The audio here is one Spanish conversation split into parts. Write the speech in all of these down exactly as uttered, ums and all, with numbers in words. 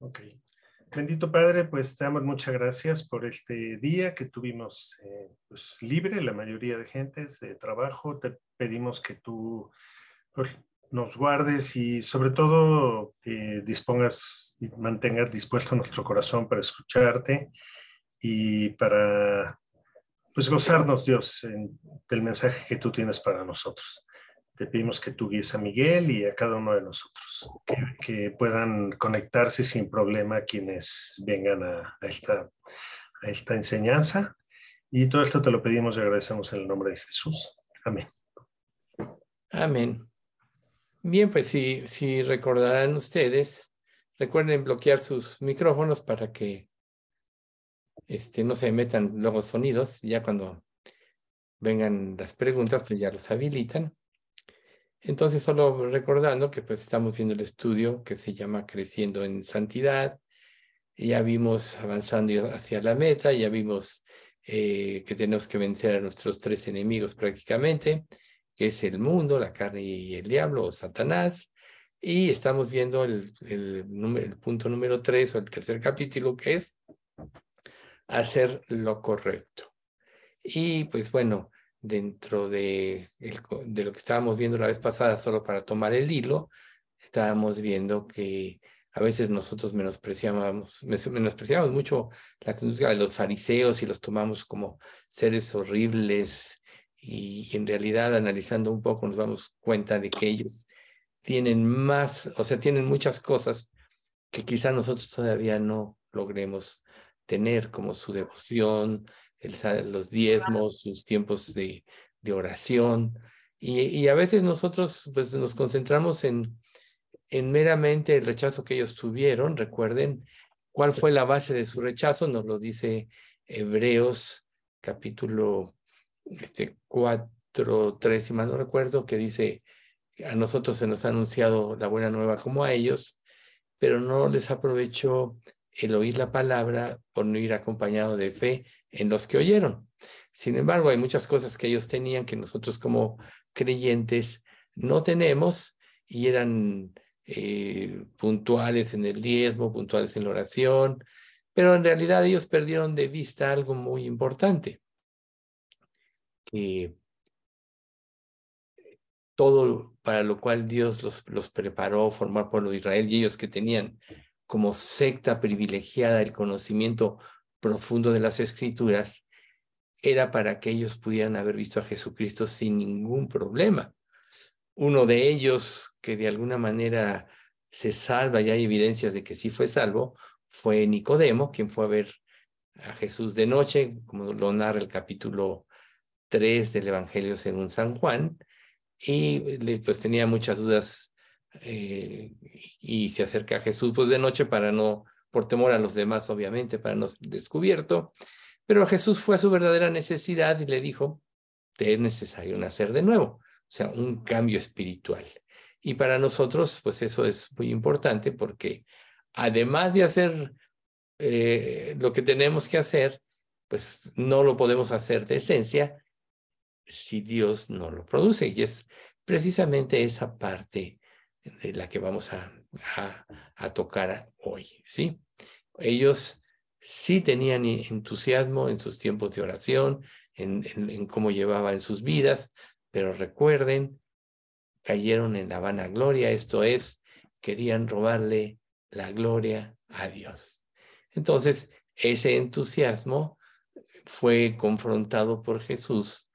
Ok. Bendito Padre, pues te damos muchas gracias por este día que tuvimos eh, pues, libre, la mayoría de gentes de trabajo. Te pedimos que tú pues, nos guardes y sobre todo eh, dispongas y mantengas dispuesto nuestro corazón para escucharte y para pues gozarnos, Dios, en, del mensaje que tú tienes para nosotros. Te pedimos que tú guíes a Miguel y a cada uno de nosotros, que, que puedan conectarse sin problema quienes vengan a, a, esta, a esta enseñanza. Y todo esto te lo pedimos y agradecemos en el nombre de Jesús. Amén. Amén. Bien, pues si, si recordarán ustedes, recuerden bloquear sus micrófonos para que este, no se metan luego sonidos. Ya cuando vengan las preguntas, pues ya los habilitan. Entonces, solo recordando que pues estamos viendo el estudio que se llama Creciendo en Santidad. Ya vimos avanzando hacia la meta, ya vimos eh, que tenemos que vencer a nuestros tres enemigos prácticamente, que es el mundo, la carne y el diablo o Satanás. Y estamos viendo el, el, número, el punto número tres o el tercer capítulo, que es hacer lo correcto. Y pues bueno, dentro de, el, de lo que estábamos viendo la vez pasada, solo para tomar el hilo, estábamos viendo que a veces nosotros menospreciábamos, menospreciábamos mucho la conducta de los fariseos y los tomamos como seres horribles y, y en realidad analizando un poco nos damos cuenta de que ellos tienen más, o sea, tienen muchas cosas que quizá nosotros todavía no logremos tener, como su devoción, el, los diezmos, sus tiempos de, de oración. Y, y a veces nosotros pues, nos concentramos en, en meramente el rechazo que ellos tuvieron. Recuerden cuál fue la base de su rechazo, nos lo dice Hebreos capítulo este, cuatro, tres, si mal no recuerdo, que dice, a nosotros se nos ha anunciado la buena nueva como a ellos, pero no les aprovechó el oír la palabra por no ir acompañado de fe en los que oyeron. Sin embargo, hay muchas cosas que ellos tenían que nosotros como creyentes no tenemos y eran eh, puntuales en el diezmo, puntuales en la oración, pero en realidad ellos perdieron de vista algo muy importante, que todo para lo cual Dios los, los preparó, formar pueblo de Israel, y ellos que tenían como secta privilegiada el conocimiento profundo de las Escrituras, era para que ellos pudieran haber visto a Jesucristo sin ningún problema. Uno de ellos, que de alguna manera se salva, y hay evidencias de que sí fue salvo, fue Nicodemo, quien fue a ver a Jesús de noche, como lo narra el capítulo tres del Evangelio según San Juan, y pues tenía muchas dudas eh, y se acerca a Jesús pues de noche para no, por temor a los demás obviamente, para no ser descubierto, pero Jesús fue a su verdadera necesidad y le dijo, te es necesario nacer de nuevo, o sea, un cambio espiritual. Y para nosotros pues eso es muy importante porque además de hacer eh, lo que tenemos que hacer, pues no lo podemos hacer de esencia si Dios no lo produce. Y es precisamente esa parte de la que vamos a, a, a tocar hoy, ¿sí? Ellos sí tenían entusiasmo en sus tiempos de oración, en, en, en cómo llevaban sus vidas, pero recuerden, cayeron en la vanagloria, esto es, querían robarle la gloria a Dios. Entonces, ese entusiasmo fue confrontado por Jesús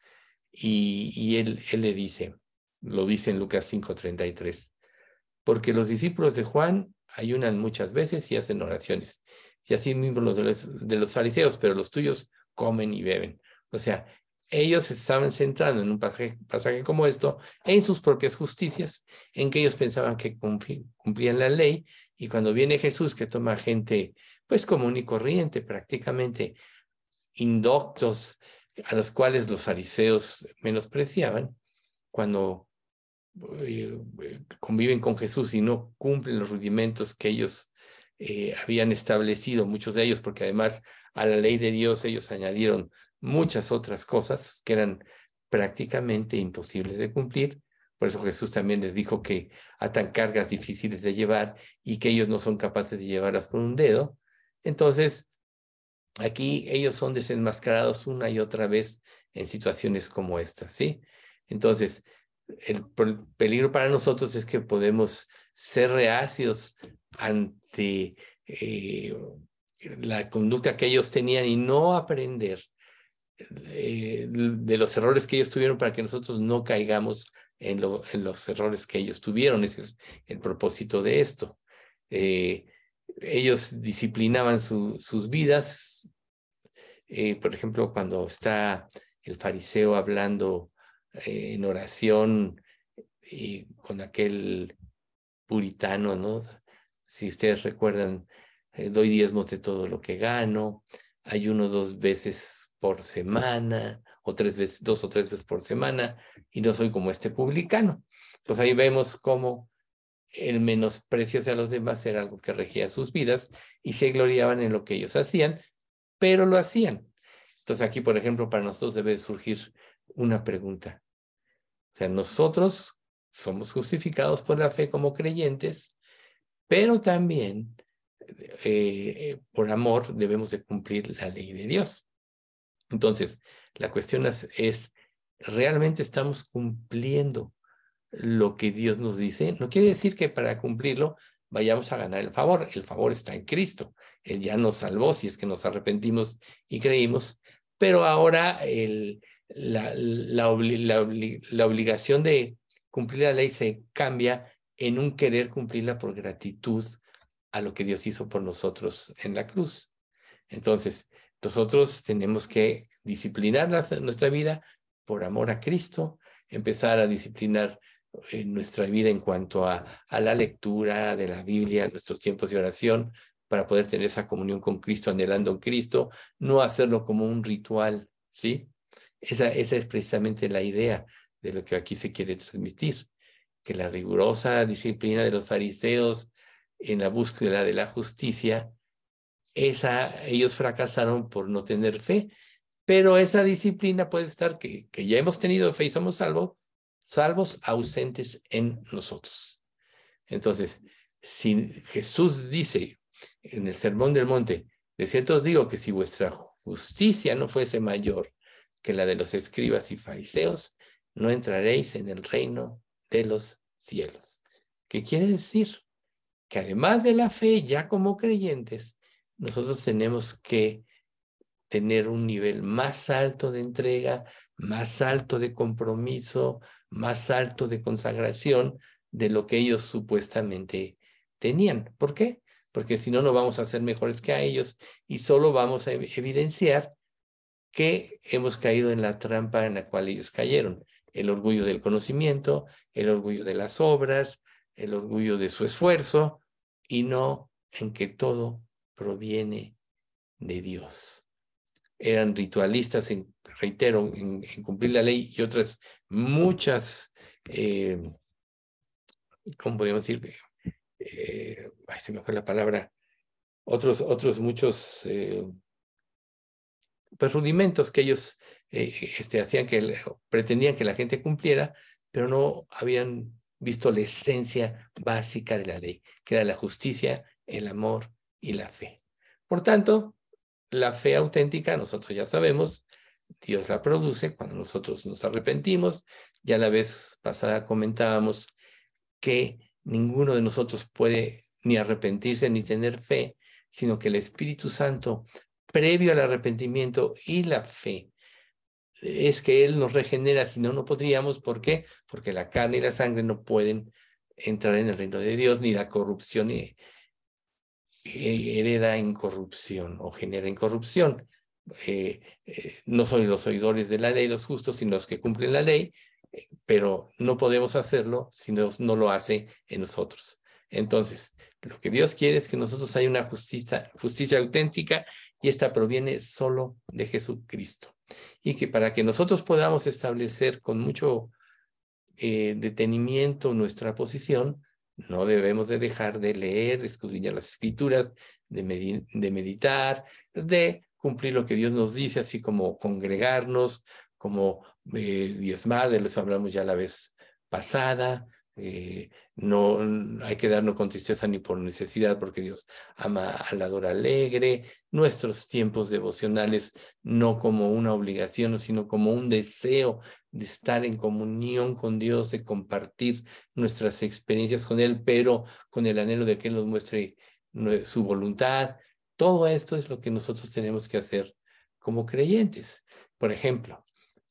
y, y él, él le dice, lo dice en Lucas cinco treinta y tres, porque los discípulos de Juan ayunan muchas veces y hacen oraciones, y así mismo los de los, de los fariseos, pero los tuyos comen y beben. O sea, ellos estaban centrando en un pasaje, pasaje como esto, en sus propias justicias, en que ellos pensaban que cumplían la ley, y cuando viene Jesús, que toma gente pues común y corriente, prácticamente indoctos, a los cuales los fariseos menospreciaban, cuando eh, conviven con Jesús y no cumplen los rudimentos que ellos eh, habían establecido, muchos de ellos, porque además a la ley de Dios ellos añadieron muchas otras cosas que eran prácticamente imposibles de cumplir, Por eso Jesús también les dijo que atan cargas difíciles de llevar y que ellos no son capaces de llevarlas con un dedo. Entonces, aquí ellos son desenmascarados una y otra vez en situaciones como estas, ¿sí? Entonces, el, el peligro para nosotros es que podemos ser reacios ante eh, la conducta que ellos tenían y no aprender eh, de los errores que ellos tuvieron para que nosotros no caigamos en, lo, en los errores que ellos tuvieron. Ese es el propósito de esto. Eh, ellos disciplinaban su, sus vidas. Eh, por ejemplo, cuando está el fariseo hablando eh, en oración y con aquel puritano, ¿no? Si ustedes recuerdan, eh, doy diezmos de todo lo que gano, ayuno dos veces por semana, o tres veces, dos o tres veces por semana, y no soy como este publicano. Pues ahí vemos cómo el menosprecio hacia los demás era algo que regía sus vidas y se gloriaban en lo que ellos hacían, pero lo hacían. Entonces aquí, por ejemplo, para nosotros debe surgir una pregunta. O sea, nosotros somos justificados por la fe como creyentes, pero también eh, por amor debemos de cumplir la ley de Dios. Entonces, la cuestión es, es, ¿realmente estamos cumpliendo lo que Dios nos dice? No quiere decir que para cumplirlo vayamos a ganar el favor. El favor está en Cristo. Él ya nos salvó si es que nos arrepentimos y creímos, pero ahora el, la, la, la, la obligación de cumplir la ley se cambia en un querer cumplirla por gratitud a lo que Dios hizo por nosotros en la cruz. Entonces, nosotros tenemos que disciplinar nuestra vida por amor a Cristo, empezar a disciplinar eh, nuestra vida en cuanto a, a la lectura de la Biblia, nuestros tiempos de oración, para poder tener esa comunión con Cristo, anhelando en Cristo, no hacerlo como un ritual, ¿sí? Esa, esa es precisamente la idea de lo que aquí se quiere transmitir, que la rigurosa disciplina de los fariseos en la búsqueda de la justicia, esa, ellos fracasaron por no tener fe, pero esa disciplina puede estar que, que ya hemos tenido fe y somos salvos, salvos ausentes en nosotros. Entonces, si Jesús dice en el Sermón del Monte, de cierto os digo que si vuestra justicia no fuese mayor que la de los escribas y fariseos, no entraréis en el reino de los cielos. ¿Qué quiere decir? Que además de la fe, ya como creyentes, nosotros tenemos que tener un nivel más alto de entrega, más alto de compromiso, más alto de consagración de lo que ellos supuestamente tenían. ¿Por qué? Porque si no, no vamos a ser mejores que a ellos y solo vamos a evidenciar que hemos caído en la trampa en la cual ellos cayeron. El orgullo del conocimiento, el orgullo de las obras, el orgullo de su esfuerzo, y no en que todo proviene de Dios. Eran ritualistas, en, reitero, en, en cumplir la ley y otras muchas, eh, ¿cómo podemos decir? Eh, ay, se me fue la palabra. Otros, otros muchos eh, pues, rudimentos que ellos eh, este, hacían que pretendían que la gente cumpliera, pero no habían visto la esencia básica de la ley, que era la justicia, el amor y la fe. Por tanto, la fe auténtica, nosotros ya sabemos, Dios la produce cuando nosotros nos arrepentimos. Ya la vez pasada comentábamos que ninguno de nosotros puede ni arrepentirse ni tener fe, sino que el Espíritu Santo, previo al arrepentimiento y la fe, es que Él nos regenera, si no, no podríamos. ¿Por qué? Porque la carne y la sangre no pueden entrar en el reino de Dios, ni la corrupción y hereda incorrupción o genera incorrupción. Eh, eh, no son los oidores de la ley los justos, sino los que cumplen la ley, eh, pero no podemos hacerlo si no, no lo hace en nosotros. Entonces, lo que Dios quiere es que nosotros haya una justicia, justicia auténtica, y esta proviene solo de Jesucristo. Y que para que nosotros podamos establecer con mucho eh, detenimiento nuestra posición, no debemos de dejar de leer, de escudriñar las escrituras, de, med de meditar, de cumplir lo que Dios nos dice, así como congregarnos, como eh, diezmar, de eso hablamos ya la vez pasada, eh, no hay que darnos con tristeza ni por necesidad, porque Dios ama al dador alegre, nuestros tiempos devocionales no como una obligación, sino como un deseo de estar en comunión con Dios, de compartir nuestras experiencias con Él, pero con el anhelo de que Él nos muestre su voluntad. Todo esto es lo que nosotros tenemos que hacer como creyentes. Por ejemplo,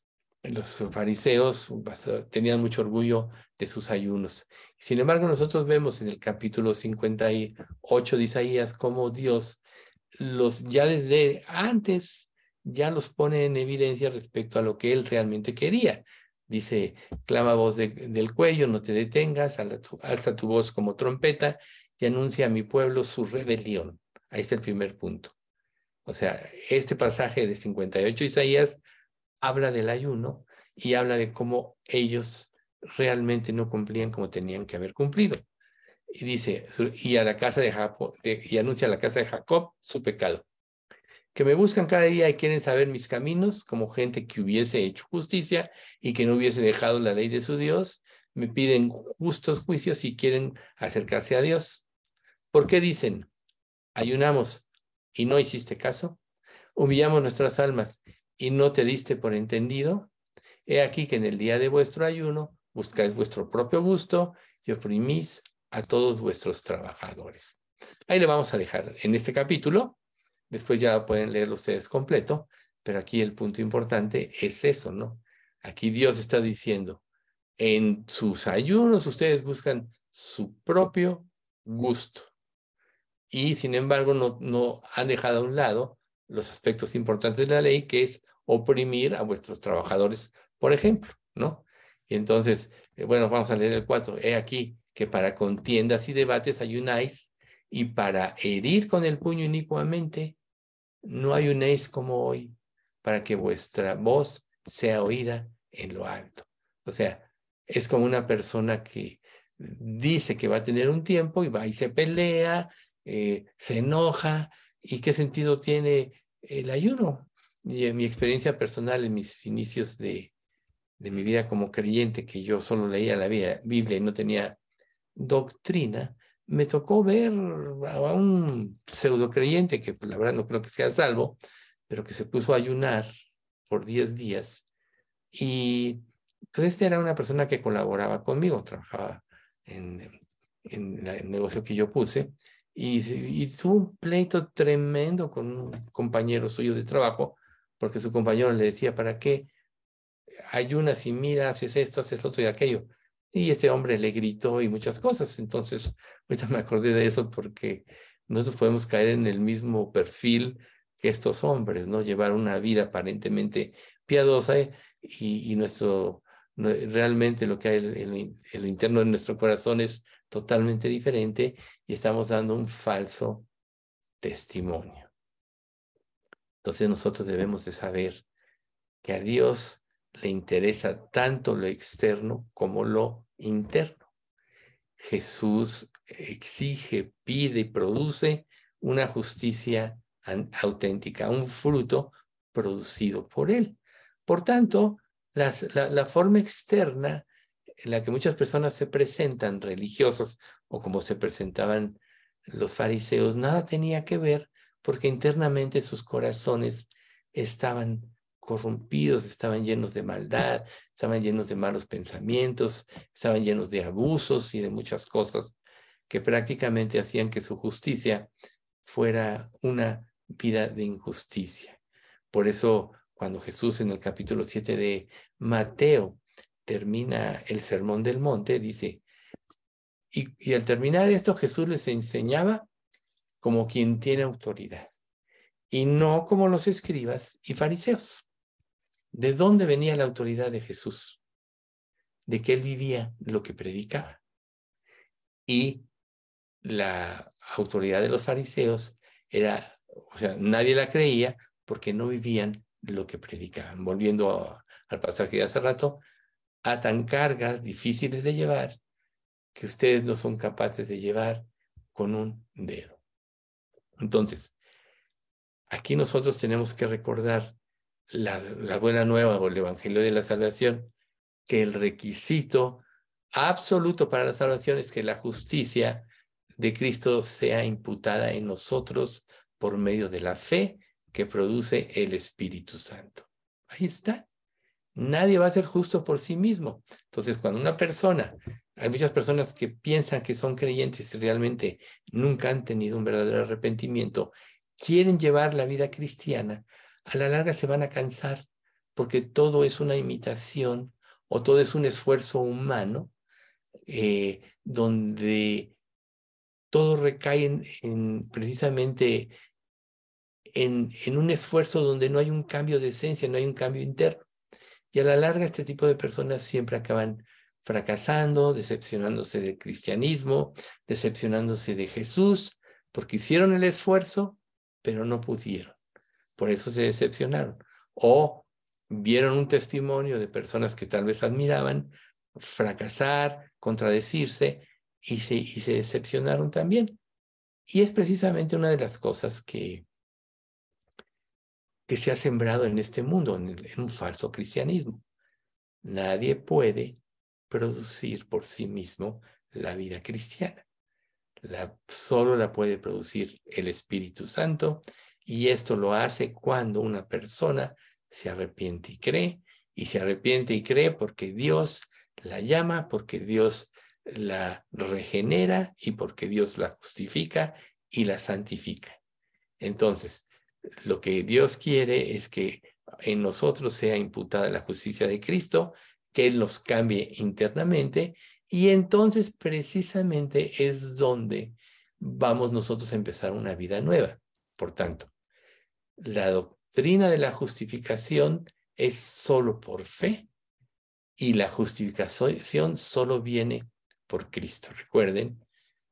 los fariseos tenían mucho orgullo de sus ayunos. Sin embargo, nosotros vemos en el capítulo cincuenta y ocho de Isaías cómo Dios los ya desde antes ya los pone en evidencia respecto a lo que Él realmente quería. Dice, clama voz de, del cuello, no te detengas, alza tu voz como trompeta y anuncia a mi pueblo su rebelión. Ahí está el primer punto. O sea, este pasaje de cincuenta y ocho Isaías habla del ayuno y habla de cómo ellos realmente no cumplían como tenían que haber cumplido. Y dice, y a la casa de Jacob, de, y anuncia a la casa de Jacob su pecado. Que me buscan cada día y quieren saber mis caminos, como gente que hubiese hecho justicia y que no hubiese dejado la ley de su Dios, me piden justos juicios y quieren acercarse a Dios. ¿Por qué dicen, ayunamos y no hiciste caso? Humillamos nuestras almas y no te diste por entendido. He aquí que en el día de vuestro ayuno buscáis vuestro propio gusto y oprimís a todos vuestros trabajadores. Ahí le vamos a dejar en este capítulo. Después ya pueden leerlo ustedes completo, pero aquí el punto importante es eso, ¿no? Aquí Dios está diciendo, en sus ayunos ustedes buscan su propio gusto y sin embargo no, no han dejado a un lado los aspectos importantes de la ley, que es oprimir a vuestros trabajadores, por ejemplo, ¿no? Y entonces, eh, bueno, vamos a leer el cuatro. He aquí que para contiendas y debates ayunáis, y para herir con el puño inicuamente no ayunéis como hoy, para que vuestra voz sea oída en lo alto. O sea, es como una persona que dice que va a tener un tiempo y va y se pelea, eh, se enoja. ¿Y qué sentido tiene el ayuno? Y en mi experiencia personal, en mis inicios de, de mi vida como creyente, que yo solo leía la Biblia y no tenía doctrina, me tocó ver a un pseudo creyente que pues, la verdad no creo que sea salvo, pero que se puso a ayunar por diez días. Y pues este era una persona que colaboraba conmigo, trabajaba en, en el negocio que yo puse, y, y tuvo un pleito tremendo con un compañero suyo de trabajo, porque su compañero le decía, ¿para qué ayunas y mira, haces esto, haces lo otro y aquello? Y ese hombre le gritó y muchas cosas. Entonces, ahorita me acordé de eso porque nosotros podemos caer en el mismo perfil que estos hombres, ¿no? Llevar una vida aparentemente piadosa ¿eh? y, y nuestro, no, realmente lo que hay en, en, en lo interno de nuestro corazón es totalmente diferente y estamos dando un falso testimonio. Entonces nosotros debemos de saber que a Dios le interesa tanto lo externo como lo interno. Jesús exige, pide y produce una justicia auténtica, un fruto producido por Él. Por tanto, la, la, la forma externa en la que muchas personas se presentan religiosas o como se presentaban los fariseos, nada tenía que ver porque internamente sus corazones estaban corrompidos, estaban llenos de maldad, estaban llenos de malos pensamientos, estaban llenos de abusos y de muchas cosas que prácticamente hacían que su justicia fuera una vida de injusticia. Por eso, cuando Jesús en el capítulo siete de Mateo termina el Sermón del Monte, dice, y, y al terminar esto, Jesús les enseñaba como quien tiene autoridad, y no como los escribas y fariseos. ¿De dónde venía la autoridad de Jesús? De que él vivía lo que predicaba. Y la autoridad de los fariseos era, o sea, nadie la creía porque no vivían lo que predicaban. Volviendo a, al pasaje de hace rato, atan cargas difíciles de llevar que ustedes no son capaces de llevar con un dedo. Entonces, aquí nosotros tenemos que recordar la, la buena nueva o el evangelio de la salvación, que el requisito absoluto para la salvación es que la justicia de Cristo sea imputada en nosotros por medio de la fe que produce el Espíritu Santo. Ahí está. Nadie va a ser justo por sí mismo. Entonces, cuando una persona, hay muchas personas que piensan que son creyentes y realmente nunca han tenido un verdadero arrepentimiento, quieren llevar la vida cristiana, a la larga se van a cansar porque todo es una imitación o todo es un esfuerzo humano eh, donde todo recae en, en precisamente en, en un esfuerzo donde no hay un cambio de esencia, no hay un cambio interno. Y a la larga este tipo de personas siempre acaban fracasando, decepcionándose del cristianismo, decepcionándose de Jesús, porque hicieron el esfuerzo, pero no pudieron. Por eso se decepcionaron. O vieron un testimonio de personas que tal vez admiraban fracasar, contradecirse, y se, y se decepcionaron también. Y es precisamente una de las cosas que, que se ha sembrado en este mundo, en, el, en un falso cristianismo. Nadie puede producir por sí mismo la vida cristiana. La, solo la puede producir el Espíritu Santo, y esto lo hace cuando una persona se arrepiente y cree, y se arrepiente y cree porque Dios la llama, porque Dios la regenera y porque Dios la justifica y la santifica. Entonces, lo que Dios quiere es que en nosotros sea imputada la justicia de Cristo, que Él nos cambie internamente, y entonces precisamente es donde vamos nosotros a empezar una vida nueva. Por tanto, la doctrina de la justificación es solo por fe, y la justificación solo viene por Cristo. Recuerden,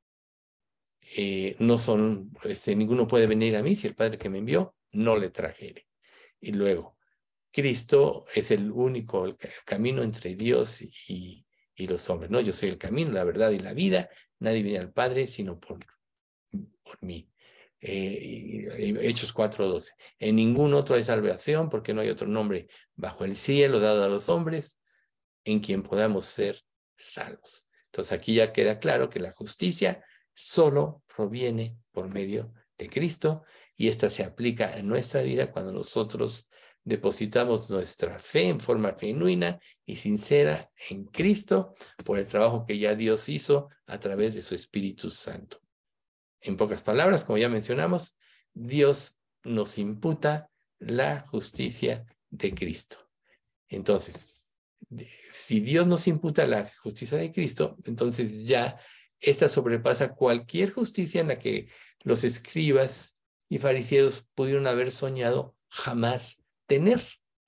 eh, no son, este, ninguno puede venir a mí si el Padre que me envió no le trajere. Y luego, Cristo es el único el camino entre Dios y, y los hombres, ¿no? Yo soy el camino, la verdad y la vida. Nadie viene al Padre sino por, por mí. Eh, Hechos cuatro doce. En ningún otro hay salvación, porque no hay otro nombre bajo el cielo dado a los hombres en quien podamos ser salvos. Entonces aquí ya queda claro que la justicia solo proviene por medio de Cristo, y esta se aplica en nuestra vida cuando nosotros depositamos nuestra fe en forma genuina y sincera en Cristo por el trabajo que ya Dios hizo a través de su Espíritu Santo. En pocas palabras, como ya mencionamos, Dios nos imputa la justicia de Cristo. Entonces, si Dios nos imputa la justicia de Cristo, entonces ya esta sobrepasa cualquier justicia en la que los escribas y fariseos pudieron haber soñado jamás tener.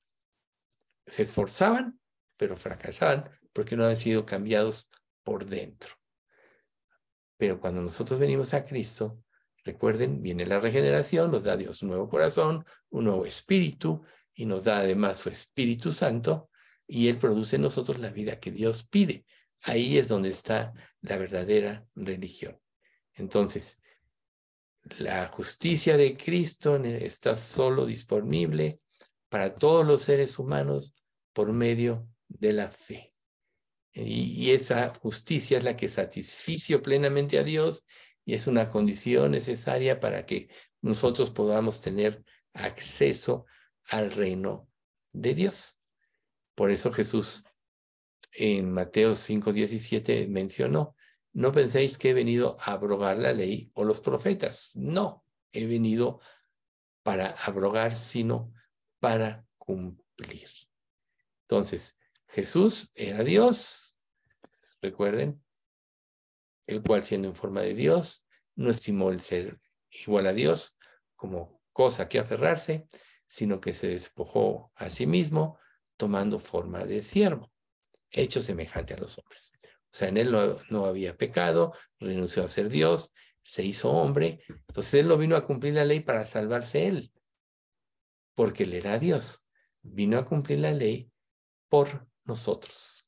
Se esforzaban, pero fracasaban porque no han sido cambiados por dentro. Pero cuando nosotros venimos a Cristo, recuerden, viene la regeneración, nos da Dios un nuevo corazón, un nuevo espíritu, y nos da además su Espíritu Santo, y Él produce en nosotros la vida que Dios pide. Ahí es donde está la verdadera religión. Entonces, la justicia de Cristo está solo disponible para todos los seres humanos por medio de la fe. Y, y esa justicia es la que satisficio plenamente a Dios, y es una condición necesaria para que nosotros podamos tener acceso al reino de Dios. Por eso Jesús en Mateo cinco diecisiete mencionó: no penséis que he venido a abrogar la ley o los profetas. No, he venido para abrogar, sino para cumplir. Entonces, Jesús era Dios, recuerden, el cual, siendo en forma de Dios, no estimó el ser igual a Dios como cosa que aferrarse, sino que se despojó a sí mismo, tomando forma de siervo, hecho semejante a los hombres. O sea, en él no, no había pecado, renunció a ser Dios, se hizo hombre. Entonces él no vino a cumplir la ley para salvarse él, porque él era Dios. Vino a cumplir la ley por nosotros,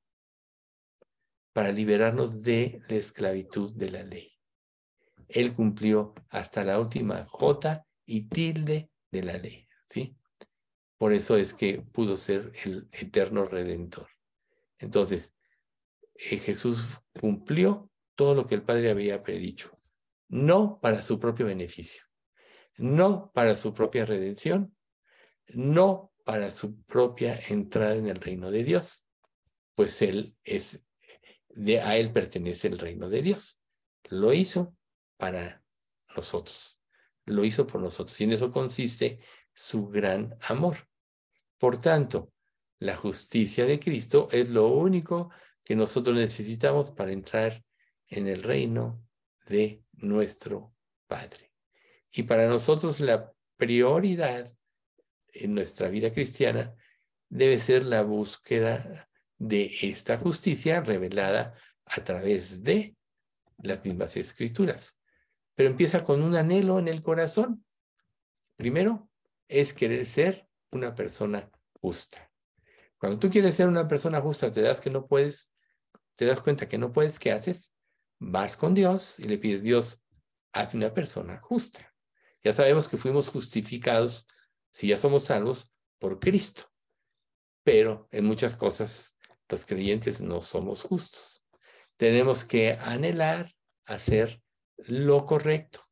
para liberarnos de la esclavitud de la ley. Él cumplió hasta la última jota y tilde de la ley, ¿sí? Por eso es que pudo ser el eterno redentor. Entonces, eh, Jesús cumplió todo lo que el Padre había predicho, no para su propio beneficio, no para su propia redención, no para su propia entrada en el reino de Dios, pues él es, de, a él pertenece el reino de Dios. Lo hizo para nosotros, lo hizo por nosotros, y en eso consiste su gran amor. Por tanto, la justicia de Cristo es lo único que nosotros necesitamos para entrar en el reino de nuestro Padre. Y para nosotros la prioridad en nuestra vida cristiana debe ser la búsqueda de esta justicia revelada a través de las mismas Escrituras. Pero empieza con un anhelo en el corazón. Primero, es querer ser una persona justa. Cuando tú quieres ser una persona justa, te das que no puedes, te das cuenta que no puedes, ¿qué haces? Vas con Dios y le pides, Dios, hazme una persona justa. Ya sabemos que fuimos justificados, si ya somos salvos, por Cristo. Pero en muchas cosas los creyentes no somos justos. Tenemos que anhelar hacer lo correcto.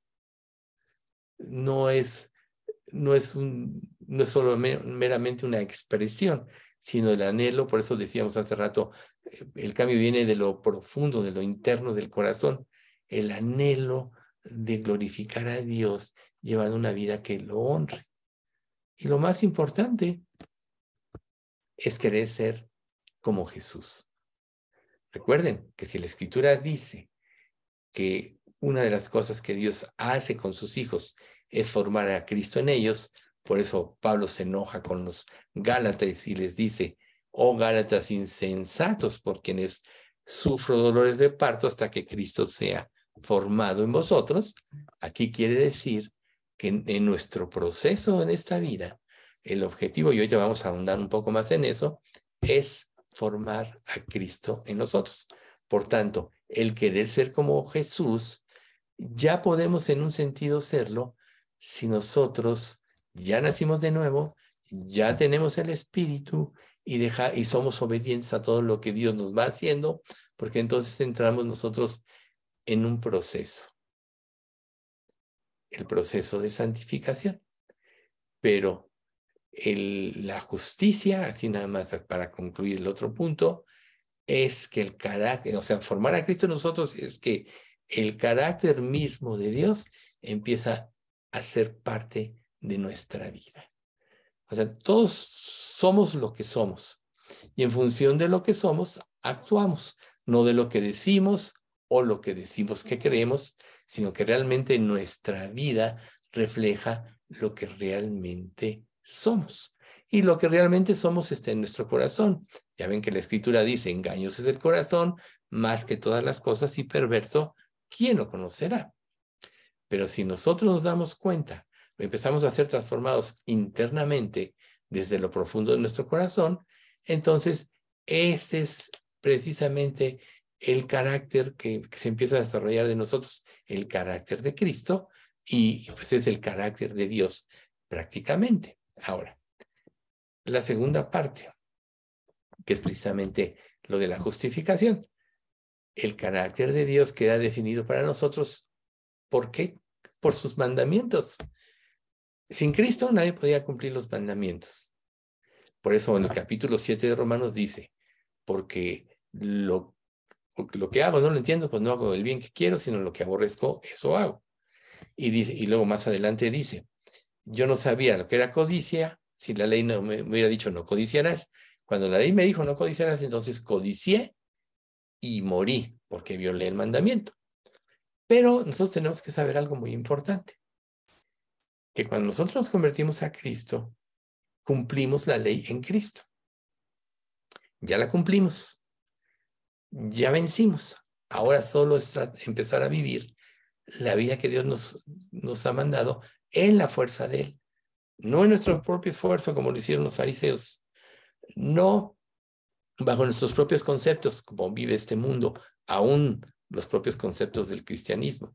No es, no es, un, no es solo meramente una expresión, sino el anhelo. Por eso decíamos hace rato, el cambio viene de lo profundo, de lo interno del corazón. El anhelo de glorificar a Dios llevando una vida que lo honre. Y lo más importante es querer ser como Jesús. Recuerden que si la Escritura dice que una de las cosas que Dios hace con sus hijos es formar a Cristo en ellos, por eso Pablo se enoja con los Gálatas y les dice, oh Gálatas insensatos, por quienes sufro dolores de parto hasta que Cristo sea formado en vosotros. Aquí quiere decir que en, en nuestro proceso en esta vida, el objetivo, y hoy ya vamos a ahondar un poco más en eso, es formar a Cristo en nosotros. Por tanto, el querer ser como Jesús, ya podemos en un sentido serlo si nosotros ya nacimos de nuevo, ya tenemos el Espíritu y, deja, y somos obedientes a todo lo que Dios nos va haciendo, porque entonces entramos nosotros en un proceso, el proceso de santificación. Pero el, la justicia, así nada más para concluir el otro punto, es que el carácter, o sea, formar a Cristo en nosotros es que el carácter mismo de Dios empieza a ser parte de nuestra vida. O sea, todos somos lo que somos y en función de lo que somos, actuamos, no de lo que decimos o lo que decimos que creemos, sino que realmente nuestra vida refleja lo que realmente somos. Y lo que realmente somos está en nuestro corazón. Ya ven que la Escritura dice, engañoso es el corazón, más que todas las cosas, y perverso, ¿quién lo conocerá? Pero si nosotros nos damos cuenta, empezamos a ser transformados internamente desde lo profundo de nuestro corazón, entonces este es precisamente el carácter que, que se empieza a desarrollar de nosotros, el carácter de Cristo, y pues es el carácter de Dios prácticamente. Ahora, la segunda parte, que es precisamente lo de la justificación. El carácter de Dios queda definido para nosotros. ¿Por qué? Por sus mandamientos. Sin Cristo nadie podía cumplir los mandamientos. Por eso en el capítulo siete de Romanos dice, porque lo, lo que hago no lo entiendo, pues no hago el bien que quiero, sino lo que aborrezco, eso hago. Y, dice, y luego más adelante dice, yo no sabía lo que era codicia, si la ley no me, me hubiera dicho no codiciarás. Cuando la ley me dijo no codiciarás, entonces codicié y morí porque violé el mandamiento. Pero nosotros tenemos que saber algo muy importante, que cuando nosotros nos convertimos a Cristo, cumplimos la ley en Cristo. Ya la cumplimos, ya vencimos. Ahora solo es empezar a vivir la vida que Dios nos, nos ha mandado en la fuerza de Él, no en nuestro propio esfuerzo como lo hicieron los fariseos, no bajo nuestros propios conceptos como vive este mundo, aún los propios conceptos del cristianismo.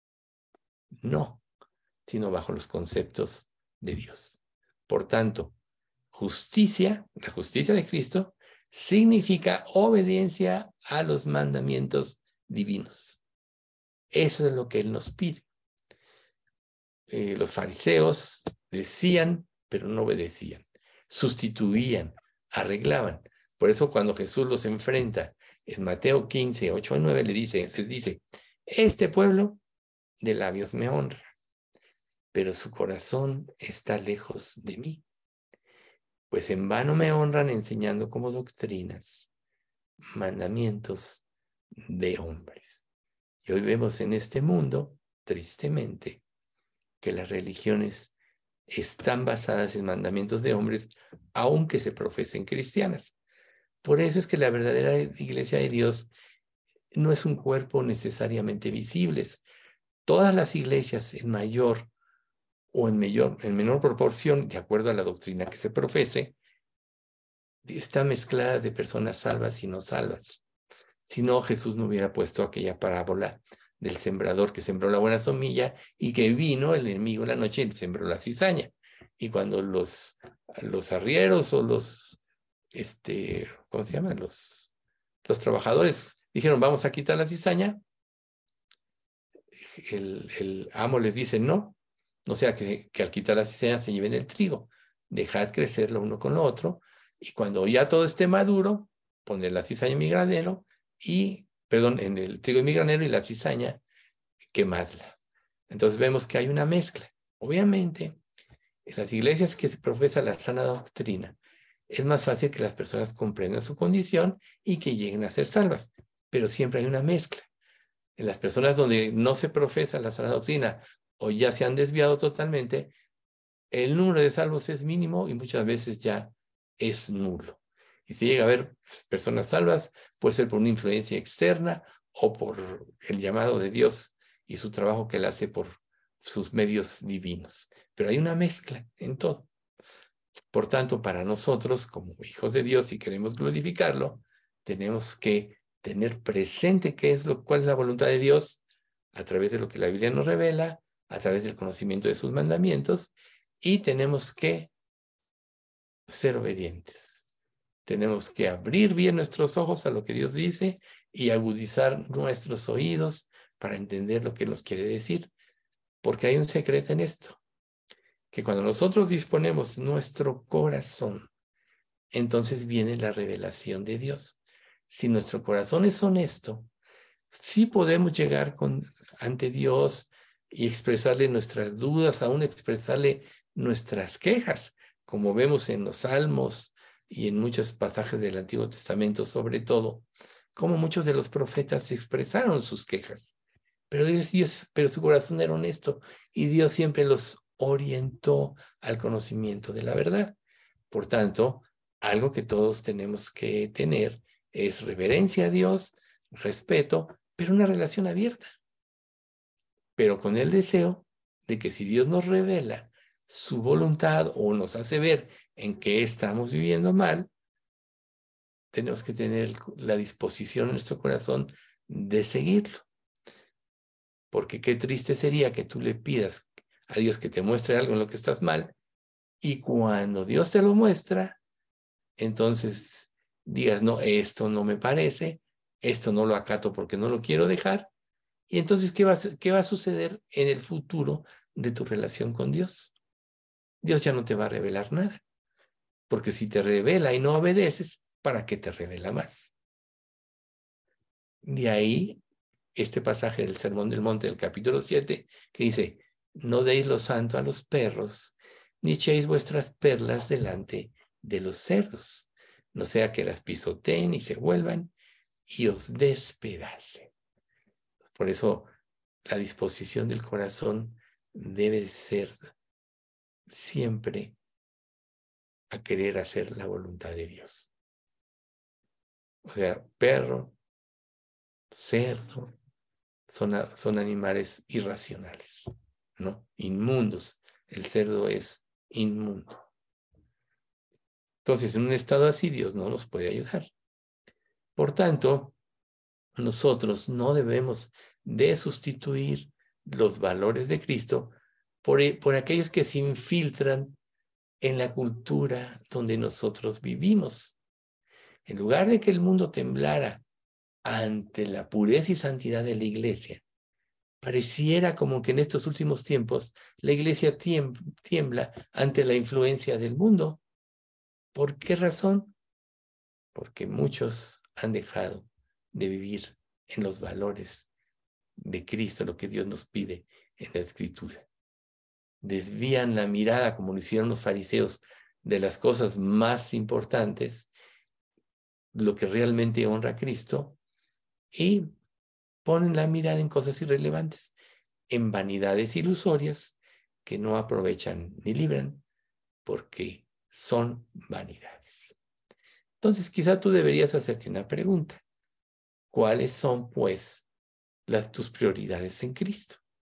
No, sino bajo los conceptos de Dios. Por tanto, justicia, la justicia de Cristo, significa obediencia a los mandamientos divinos. Eso es lo que Él nos pide. Eh, los fariseos decían, pero no obedecían. Sustituían, arreglaban. Por eso cuando Jesús los enfrenta en Mateo quince, ocho a nueve, le dice, les dice, este pueblo de labios me honra, pero su corazón está lejos de mí. Pues en vano me honran enseñando como doctrinas mandamientos de hombres. Y hoy vemos en este mundo, tristemente, que las religiones están basadas en mandamientos de hombres, aunque se profesen cristianas. Por eso es que la verdadera iglesia de Dios no es un cuerpo necesariamente visible. Todas las iglesias en mayor o en, mayor, en menor proporción, de acuerdo a la doctrina que se profese, está mezclada de personas salvas y no salvas. Si no, Jesús no hubiera puesto aquella parábola del sembrador que sembró la buena semilla y que vino el enemigo en la noche y sembró la cizaña. Y cuando los, los arrieros o los, este, ¿cómo se llama? Los, los trabajadores dijeron, vamos a quitar la cizaña, el, el amo les dice, no, no sea que, que al quitar la cizaña se lleven el trigo, dejad crecer lo uno con lo otro, y cuando ya todo esté maduro, poner la cizaña en mi granero, y, perdón, en el trigo en mi granero y la cizaña, quemadla. Entonces vemos que hay una mezcla. Obviamente, en las iglesias que se profesa la sana doctrina, es más fácil que las personas comprendan su condición y que lleguen a ser salvas, pero siempre hay una mezcla. En las personas donde no se profesa la sana doctrina o ya se han desviado totalmente, el número de salvos es mínimo y muchas veces ya es nulo. Y si llega a haber personas salvas, puede ser por una influencia externa o por el llamado de Dios y su trabajo que él hace por sus medios divinos. Pero hay una mezcla en todo. Por tanto, para nosotros, como hijos de Dios, si queremos glorificarlo, tenemos que tener presente qué es lo, cuál es la voluntad de Dios a través de lo que la Biblia nos revela, a través del conocimiento de sus mandamientos, y tenemos que ser obedientes. Tenemos que abrir bien nuestros ojos a lo que Dios dice y agudizar nuestros oídos para entender lo que nos quiere decir. Porque hay un secreto en esto, que cuando nosotros disponemos nuestro corazón, entonces viene la revelación de Dios. Si nuestro corazón es honesto, sí podemos llegar con, ante Dios y expresarle nuestras dudas, aún expresarle nuestras quejas, como vemos en los Salmos y en muchos pasajes del Antiguo Testamento, sobre todo, como muchos de los profetas expresaron sus quejas. Pero, Dios, Dios, pero su corazón era honesto y Dios siempre los orientó al conocimiento de la verdad. Por tanto, algo que todos tenemos que tener es reverencia a Dios, respeto, pero una relación abierta. Pero con el deseo de que si Dios nos revela su voluntad o nos hace ver en qué estamos viviendo mal, tenemos que tener la disposición en nuestro corazón de seguirlo. Porque qué triste sería que tú le pidas a Dios que te muestre algo en lo que estás mal y cuando Dios te lo muestra, entonces digas, no, esto no me parece, esto no lo acato porque no lo quiero dejar. Y entonces, ¿qué va a, qué va a suceder en el futuro de tu relación con Dios? Dios ya no te va a revelar nada, porque si te revela y no obedeces, ¿para qué te revela más? De ahí este pasaje del Sermón del Monte del capítulo siete, que dice, no deis lo santo a los perros, ni echéis vuestras perlas delante de los cerdos, no sea que las pisoteen y se vuelvan y os despedacen. Por eso la disposición del corazón debe ser siempre a querer hacer la voluntad de Dios. O sea, perro, cerdo, son, son animales irracionales, ¿no? Inmundos. El cerdo es inmundo. Entonces, en un estado así, Dios no nos puede ayudar. Por tanto, nosotros no debemos de sustituir los valores de Cristo por, por aquellos que se infiltran en la cultura donde nosotros vivimos. En lugar de que el mundo temblara ante la pureza y santidad de la iglesia, pareciera como que en estos últimos tiempos la iglesia tiembla ante la influencia del mundo. ¿Por qué razón? Porque muchos han dejado de vivir en los valores de Cristo, lo que Dios nos pide en la Escritura. Desvían la mirada, como lo hicieron los fariseos, de las cosas más importantes, lo que realmente honra a Cristo, y ponen la mirada en cosas irrelevantes, en vanidades ilusorias que no aprovechan ni libran, porque son vanidades. Entonces, quizá tú deberías hacerte una pregunta. ¿Cuáles son, pues, las, tus prioridades en Cristo?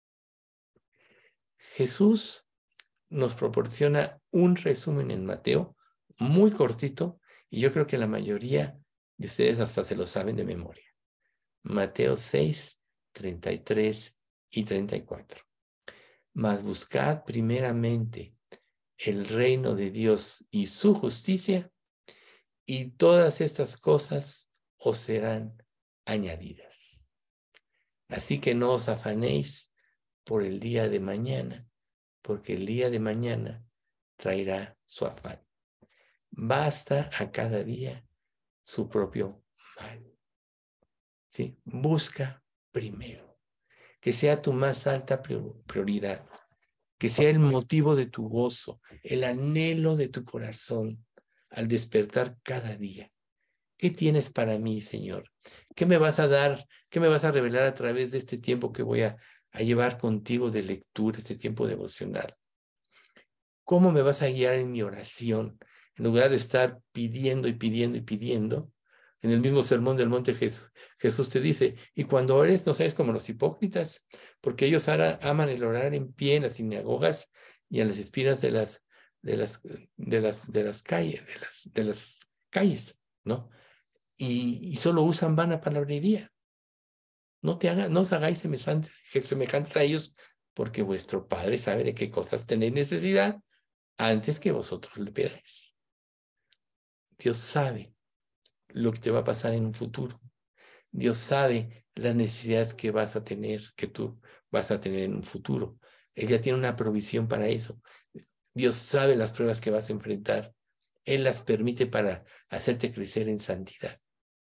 Jesús nos proporciona un resumen en Mateo muy cortito, y yo creo que la mayoría de ustedes hasta se lo saben de memoria. Mateo seis, treinta y tres y treinta y cuatro. Mas buscad primeramente el reino de Dios y su justicia, y todas estas cosas os serán añadidas. Así que no os afanéis por el día de mañana, porque el día de mañana traerá su afán. Basta a cada día su propio mal. ¿Sí? Busca primero, que sea tu más alta prioridad, que sea el motivo de tu gozo, el anhelo de tu corazón al despertar cada día. ¿Qué tienes para mí, Señor? ¿Qué me vas a dar? ¿Qué me vas a revelar a través de este tiempo que voy a, a llevar contigo de lectura, este tiempo devocional? ¿Cómo me vas a guiar en mi oración? En lugar de estar pidiendo y pidiendo y pidiendo, en el mismo sermón del monte Jesús, Jesús te dice, y cuando ores no seas como los hipócritas, porque ellos ara, aman el orar en pie en las sinagogas y en las espinas de las, de las, de las, de las calles, de las, de las calles, ¿no? Y, y solo usan vana palabrería. No, te haga, no os hagáis semejantes, semejantes a ellos, porque vuestro Padre sabe de qué cosas tenéis necesidad antes que vosotros le pidáis. Dios sabe lo que te va a pasar en un futuro. Dios sabe las necesidades que vas a tener, que tú vas a tener en un futuro. Él ya tiene una provisión para eso. Dios sabe las pruebas que vas a enfrentar. Él las permite para hacerte crecer en santidad.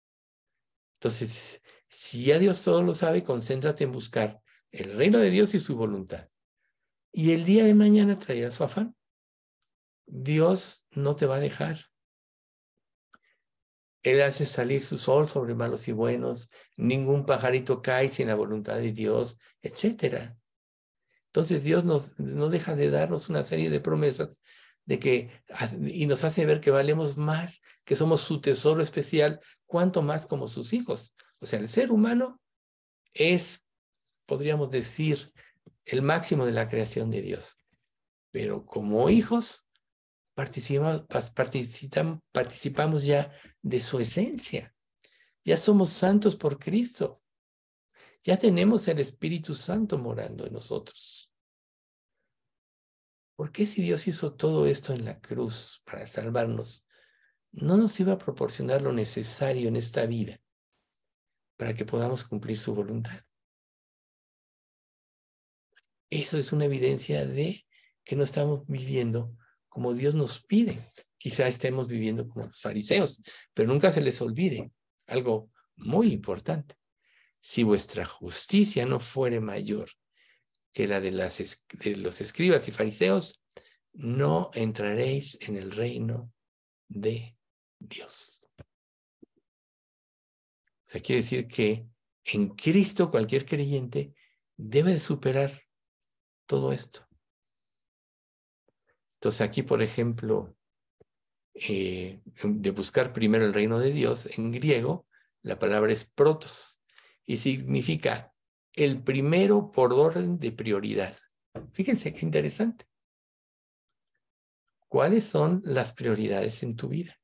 Entonces, si ya Dios todo lo sabe, concéntrate en buscar el reino de Dios y su voluntad. Y el día de mañana traerá su afán. Dios no te va a dejar. Él hace salir su sol sobre malos y buenos. Ningún pajarito cae sin la voluntad de Dios, etcétera. Entonces Dios nos, no deja de darnos una serie de promesas de que, y nos hace ver que valemos más, que somos su tesoro especial, cuanto más como sus hijos. O sea, el ser humano es, podríamos decir, el máximo de la creación de Dios. Pero como hijos, participamos, participamos, participamos ya de su esencia. Ya somos santos por Cristo. Ya tenemos el Espíritu Santo morando en nosotros. ¿Por qué si Dios hizo todo esto en la cruz para salvarnos, no nos iba a proporcionar lo necesario en esta vida para que podamos cumplir su voluntad? Eso es una evidencia de que no estamos viviendo como Dios nos pide. Quizá estemos viviendo como los fariseos, pero nunca se les olvide algo muy importante. Si vuestra justicia no fuere mayor que la de, las, de los escribas y fariseos, no entraréis en el reino de Dios. O sea, quiere decir que en Cristo cualquier creyente debe de superar todo esto. Entonces aquí, por ejemplo, eh, de buscar primero el reino de Dios, en griego, la palabra es protos y significa el primero por orden de prioridad. Fíjense qué interesante. ¿Cuáles son las prioridades en tu vida?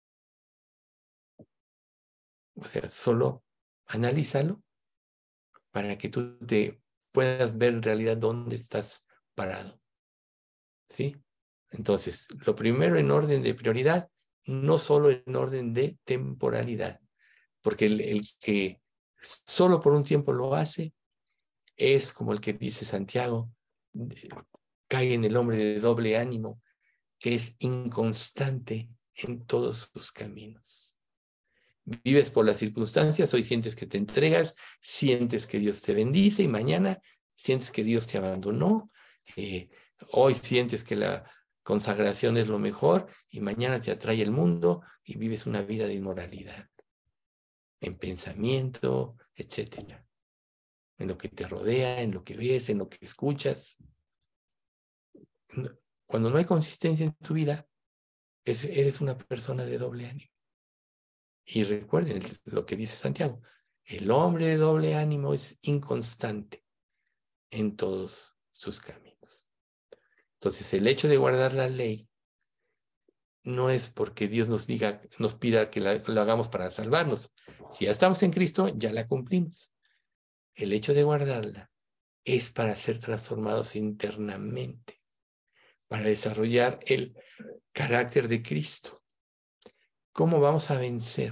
O sea, solo analízalo para que tú te puedas ver en realidad dónde estás parado. ¿Sí? Entonces, lo primero en orden de prioridad, no solo en orden de temporalidad, porque el, el que solo por un tiempo lo hace es como el que dice Santiago, cae en el hombre de doble ánimo, que es inconstante en todos sus caminos. Vives por las circunstancias, hoy sientes que te entregas, sientes que Dios te bendice y mañana sientes que Dios te abandonó, eh, hoy sientes que la consagración es lo mejor y mañana te atrae el mundo y vives una vida de inmoralidad, en pensamiento, etcétera, en lo que te rodea, en lo que ves, en lo que escuchas. Cuando no hay consistencia en tu vida, es, eres una persona de doble ánimo. Y recuerden lo que dice Santiago, el hombre de doble ánimo es inconstante en todos sus caminos. Entonces, el hecho de guardar la ley no es porque Dios nos diga, nos pida que la, lo hagamos para salvarnos. Si ya estamos en Cristo, ya la cumplimos. El hecho de guardarla es para ser transformados internamente, para desarrollar el carácter de Cristo. ¿Cómo vamos a vencer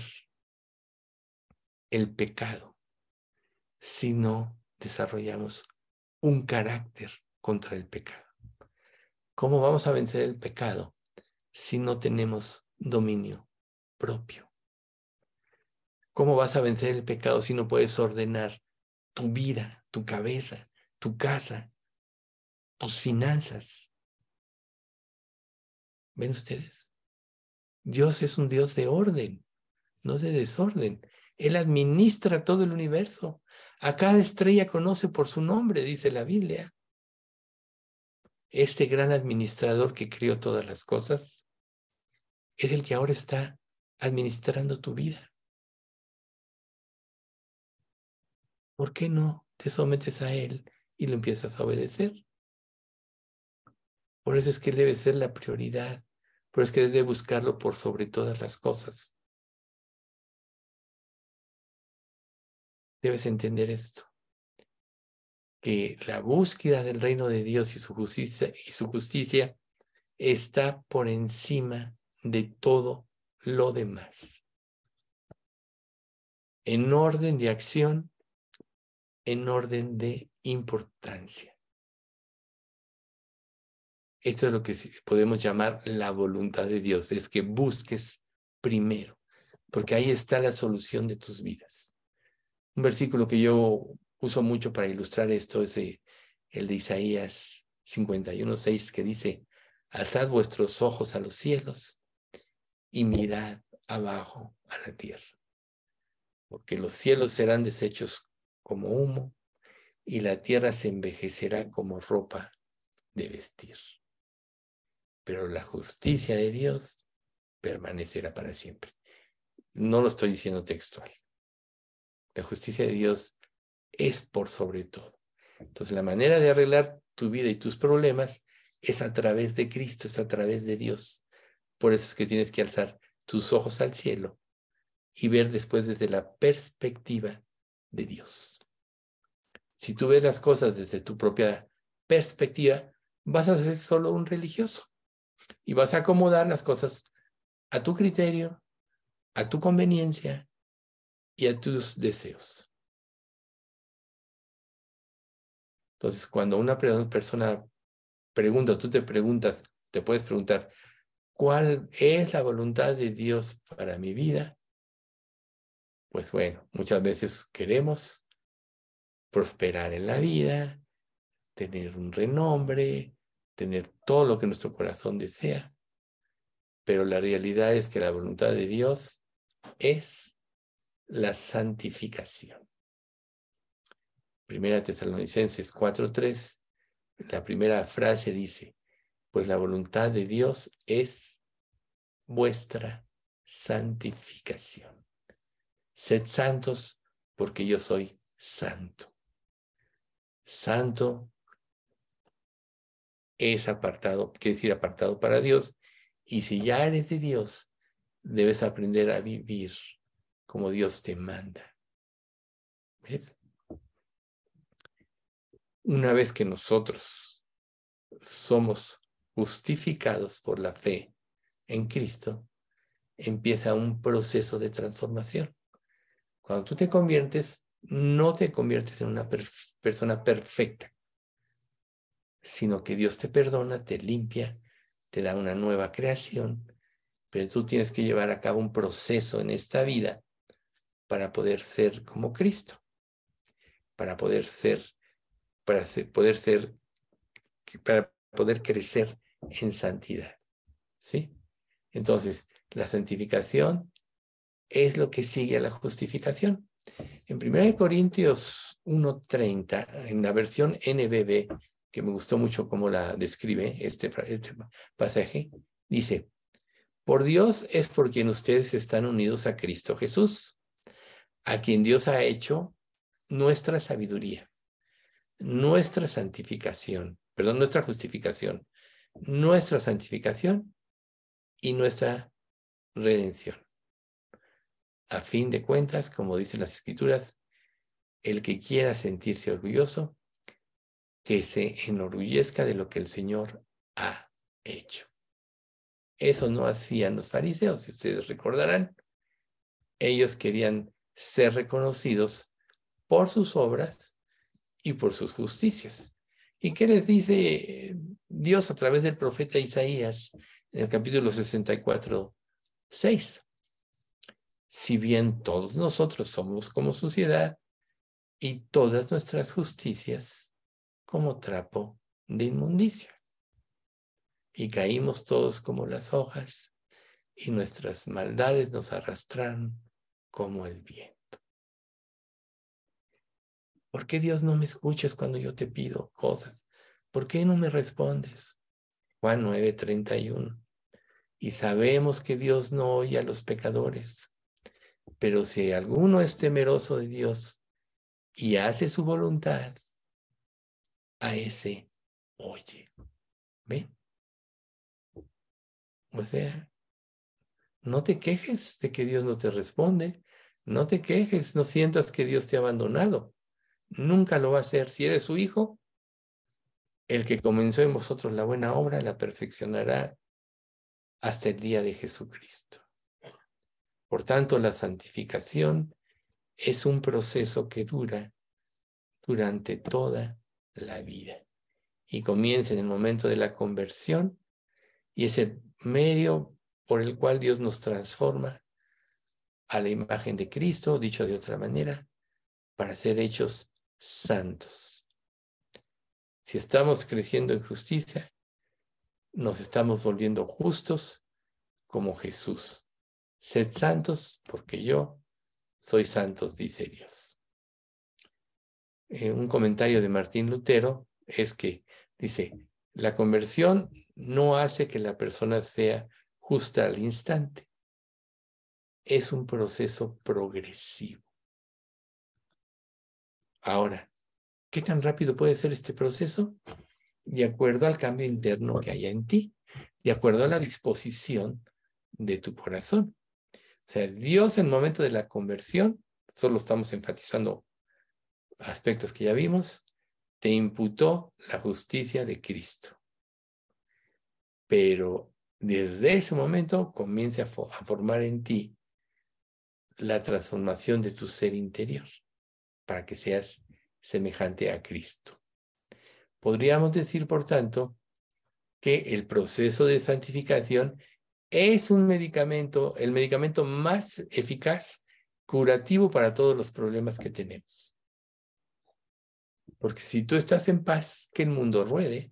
el pecado si no desarrollamos un carácter contra el pecado? ¿Cómo vamos a vencer el pecado si no tenemos dominio propio? ¿Cómo vas a vencer el pecado si no puedes ordenar tu vida, tu cabeza, tu casa, tus finanzas? ¿Ven ustedes? Dios es un Dios de orden, no de desorden. Él administra todo el universo. A cada estrella conoce por su nombre, dice la Biblia. Este gran administrador que creó todas las cosas es el que ahora está administrando tu vida. ¿Por qué no te sometes a Él y lo empiezas a obedecer? Por eso es que debe ser la prioridad. Por eso es que debe buscarlo por sobre todas las cosas. Debes entender esto, que la búsqueda del reino de Dios y su justicia, y su justicia está por encima de todo lo demás. En orden de acción, en orden de importancia. Esto es lo que podemos llamar la voluntad de Dios, es que busques primero, porque ahí está la solución de tus vidas. Un versículo que yo uso mucho para ilustrar esto es el de Isaías cincuenta y uno, seis, que dice, alzad vuestros ojos a los cielos y mirad abajo a la tierra, porque los cielos serán deshechos como humo y la tierra se envejecerá como ropa de vestir. Pero la justicia de Dios permanecerá para siempre. No lo estoy diciendo textual. La justicia de Dios es por sobre todo. Entonces, la manera de arreglar tu vida y tus problemas es a través de Cristo, es a través de Dios. Por eso es que tienes que alzar tus ojos al cielo y ver después desde la perspectiva de Dios. Si tú ves las cosas desde tu propia perspectiva, vas a ser solo un religioso y vas a acomodar las cosas a tu criterio, a tu conveniencia y a tus deseos. Entonces, cuando una persona pregunta, tú te preguntas, te puedes preguntar, ¿cuál es la voluntad de Dios para mi vida? Pues bueno, muchas veces queremos prosperar en la vida, tener un renombre, tener todo lo que nuestro corazón desea. Pero la realidad es que la voluntad de Dios es la santificación. Primera Tesalonicenses cuatro tres, la primera frase dice, pues la voluntad de Dios es vuestra santificación. Sed santos porque yo soy santo. Santo es apartado, quiere decir apartado para Dios, y si ya eres de Dios, debes aprender a vivir como Dios te manda. ¿Ves? Una vez que nosotros somos justificados por la fe en Cristo, empieza un proceso de transformación. Cuando tú te conviertes, no te conviertes en una per- persona perfecta, sino que Dios te perdona, te limpia, te da una nueva creación, pero tú tienes que llevar a cabo un proceso en esta vida para poder ser como Cristo, para poder ser, para ser, poder ser, para poder crecer en santidad, ¿sí? Entonces, la santificación es lo que sigue a la justificación. En primera Corintios uno treinta, en la versión N B B, que me gustó mucho cómo la describe este, este pasaje, dice: por Dios es por quien ustedes están unidos a Cristo Jesús, a quien Dios ha hecho nuestra sabiduría, nuestra santificación, perdón, nuestra justificación, nuestra santificación y nuestra redención. A fin de cuentas, como dicen las Escrituras, el que quiera sentirse orgulloso, que se enorgullezca de lo que el Señor ha hecho. Eso no hacían los fariseos, si ustedes recordarán. Ellos querían ser reconocidos por sus obras y por sus justicias. ¿Y qué les dice Dios a través del profeta Isaías en el capítulo sesenta y cuatro, seis? Si bien todos nosotros somos como suciedad y todas nuestras justicias como trapo de inmundicia, y caímos todos como las hojas, y nuestras maldades nos arrastraron como el viento. ¿Por qué, Dios, no me escuchas cuando yo te pido cosas? ¿Por qué no me respondes? Juan nueve, treinta y uno. Y sabemos que Dios no oye a los pecadores, pero si alguno es temeroso de Dios y hace su voluntad, a ese oye. ¿Ven? O sea, no te quejes de que Dios no te responde. No te quejes, no sientas que Dios te ha abandonado. Nunca lo va a hacer. Si eres su hijo, el que comenzó en vosotros la buena obra la perfeccionará hasta el día de Jesucristo. Por tanto, la santificación es un proceso que dura durante toda la vida y comienza en el momento de la conversión, y es el medio por el cual Dios nos transforma a la imagen de Cristo, dicho de otra manera, para ser hechos santos. Si estamos creciendo en justicia, nos estamos volviendo justos como Jesús. Sed santos porque yo soy santos, dice Dios. Eh, un comentario de Martín Lutero es que dice: la conversión no hace que la persona sea justa al instante. Es un proceso progresivo. Ahora, ¿qué tan rápido puede ser este proceso? De acuerdo al cambio interno que haya en ti, de acuerdo a la disposición de tu corazón. O sea, Dios en el momento de la conversión, solo estamos enfatizando aspectos que ya vimos, te imputó la justicia de Cristo. Pero desde ese momento comienza a, fo- a formar en ti la transformación de tu ser interior para que seas semejante a Cristo. Podríamos decir, por tanto, que el proceso de santificación es un medicamento, el medicamento más eficaz, curativo para todos los problemas que tenemos. Porque si tú estás en paz, que el mundo ruede.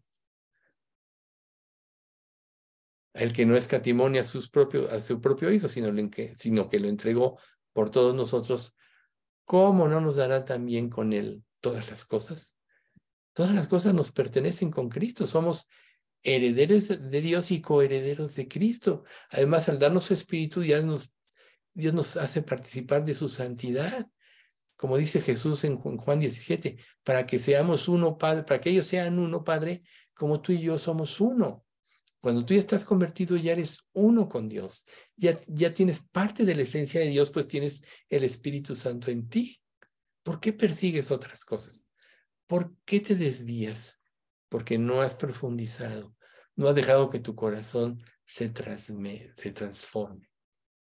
El que no escatimó a, sus propios, a su propio hijo, sino, que, sino que lo entregó por todos nosotros, ¿cómo no nos dará también con él todas las cosas? Todas las cosas nos pertenecen con Cristo. Somos herederos de Dios y coherederos de Cristo. Además, al darnos su espíritu, ya nos, Dios nos hace participar de su santidad. Como dice Jesús en Juan diecisiete, para que seamos uno, Padre, para que ellos sean uno, Padre, como tú y yo somos uno. Cuando tú ya estás convertido, ya eres uno con Dios. Ya, ya tienes parte de la esencia de Dios, pues tienes el Espíritu Santo en ti. ¿Por qué persigues otras cosas? ¿Por qué te desvías? Porque no has profundizado, no has dejado que tu corazón se, transme, se transforme.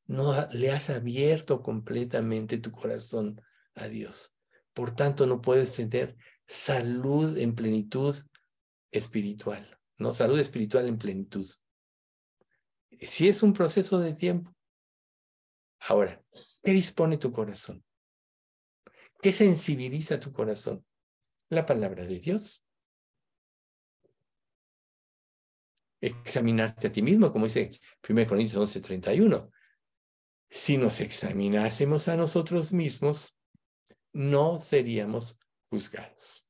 No le has abierto completamente tu corazón a Dios. Por tanto, no puedes tener salud en plenitud espiritual, ¿no? Salud espiritual en plenitud. Sí es un proceso de tiempo. Ahora, ¿qué dispone tu corazón? ¿Qué sensibiliza tu corazón? La palabra de Dios. Examinarte a ti mismo, como dice primera Corintios once, treinta y uno. Si nos examinásemos a nosotros mismos, no seríamos juzgados.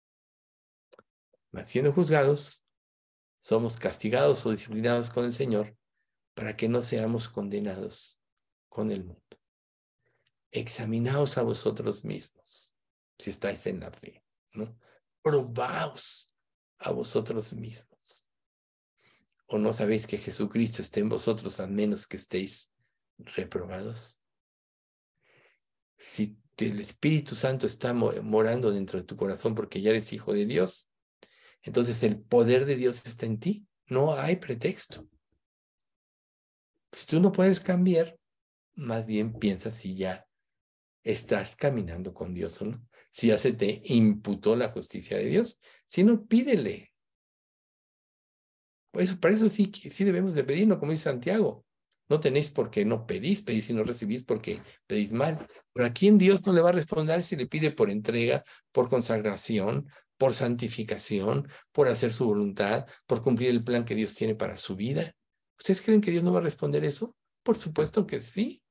Mas siendo juzgados, somos castigados o disciplinados con el Señor para que no seamos condenados con el mundo. Examinaos a vosotros mismos, si estáis en la fe, ¿no? Probaos a vosotros mismos. ¿O no sabéis que Jesucristo esté en vosotros a menos que estéis reprobados? Si el Espíritu Santo está morando dentro de tu corazón porque ya eres hijo de Dios, entonces el poder de Dios está en ti. No hay pretexto. Si tú no puedes cambiar, más bien piensa si ya estás caminando con Dios o no. Si ya se te imputó la justicia de Dios. Si no, pídele. Pues para eso sí, sí debemos de pedirlo, como dice Santiago. No tenéis porque no pedís, pedís y no recibís porque pedís mal. Pero ¿a quién Dios no le va a responder si le pide por entrega, por consagración, por santificación, por hacer su voluntad, por cumplir el plan que Dios tiene para su vida? ¿Ustedes creen que Dios no va a responder eso? Por supuesto que sí.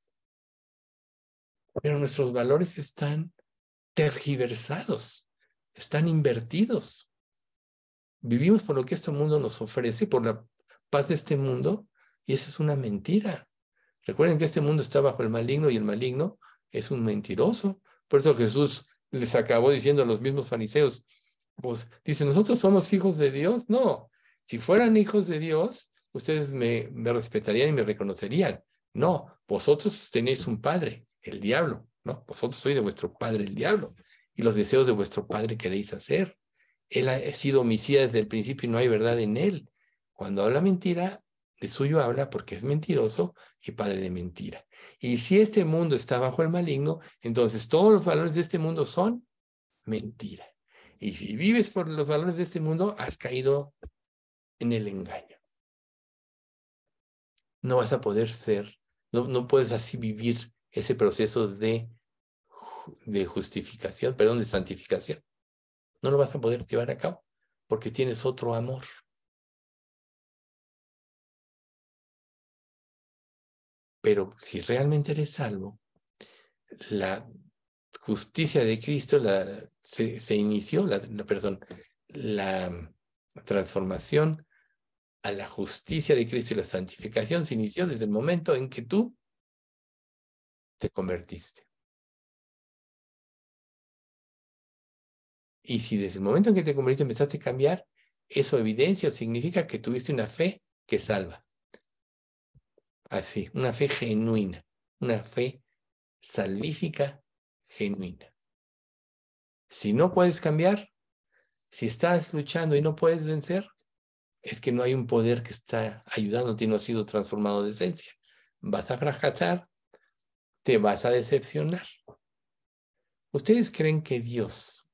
Pero nuestros valores están tergiversados, están invertidos. Vivimos por lo que este mundo nos ofrece, por la paz de este mundo, y esa es una mentira. Recuerden que este mundo está bajo el maligno y el maligno es un mentiroso. Por eso Jesús les acabó diciendo a los mismos fariseos, pues dice, ¿nosotros somos hijos de Dios? No, si fueran hijos de Dios, ustedes me, me respetarían y me reconocerían. No, vosotros tenéis un padre, el diablo, ¿no? Vosotros sois de vuestro padre, el diablo, y los deseos de vuestro padre queréis hacer. Él ha sido homicida desde el principio y no hay verdad en él. Cuando habla mentira, de suyo habla porque es mentiroso y padre de mentira. Y si este mundo está bajo el maligno, entonces todos los valores de este mundo son mentira. Y si vives por los valores de este mundo, has caído en el engaño. No vas a poder ser, no, no puedes así vivir ese proceso de, de justificación, perdón, de santificación. No lo vas a poder llevar a cabo porque tienes otro amor. Pero si realmente eres salvo, la justicia de Cristo la, se, se inició, la, la, perdón, la transformación a la justicia de Cristo y la santificación se inició desde el momento en que tú te convertiste. Y si desde el momento en que te convertiste empezaste a cambiar, eso evidencia o significa que tuviste una fe que salva. Así, una fe genuina, una fe salvífica genuina. Si no puedes cambiar, si estás luchando y no puedes vencer, es que no hay un poder que está ayudándote y no ha sido transformado de esencia. Vas a fracasar, te vas a decepcionar. ¿Ustedes creen que Dios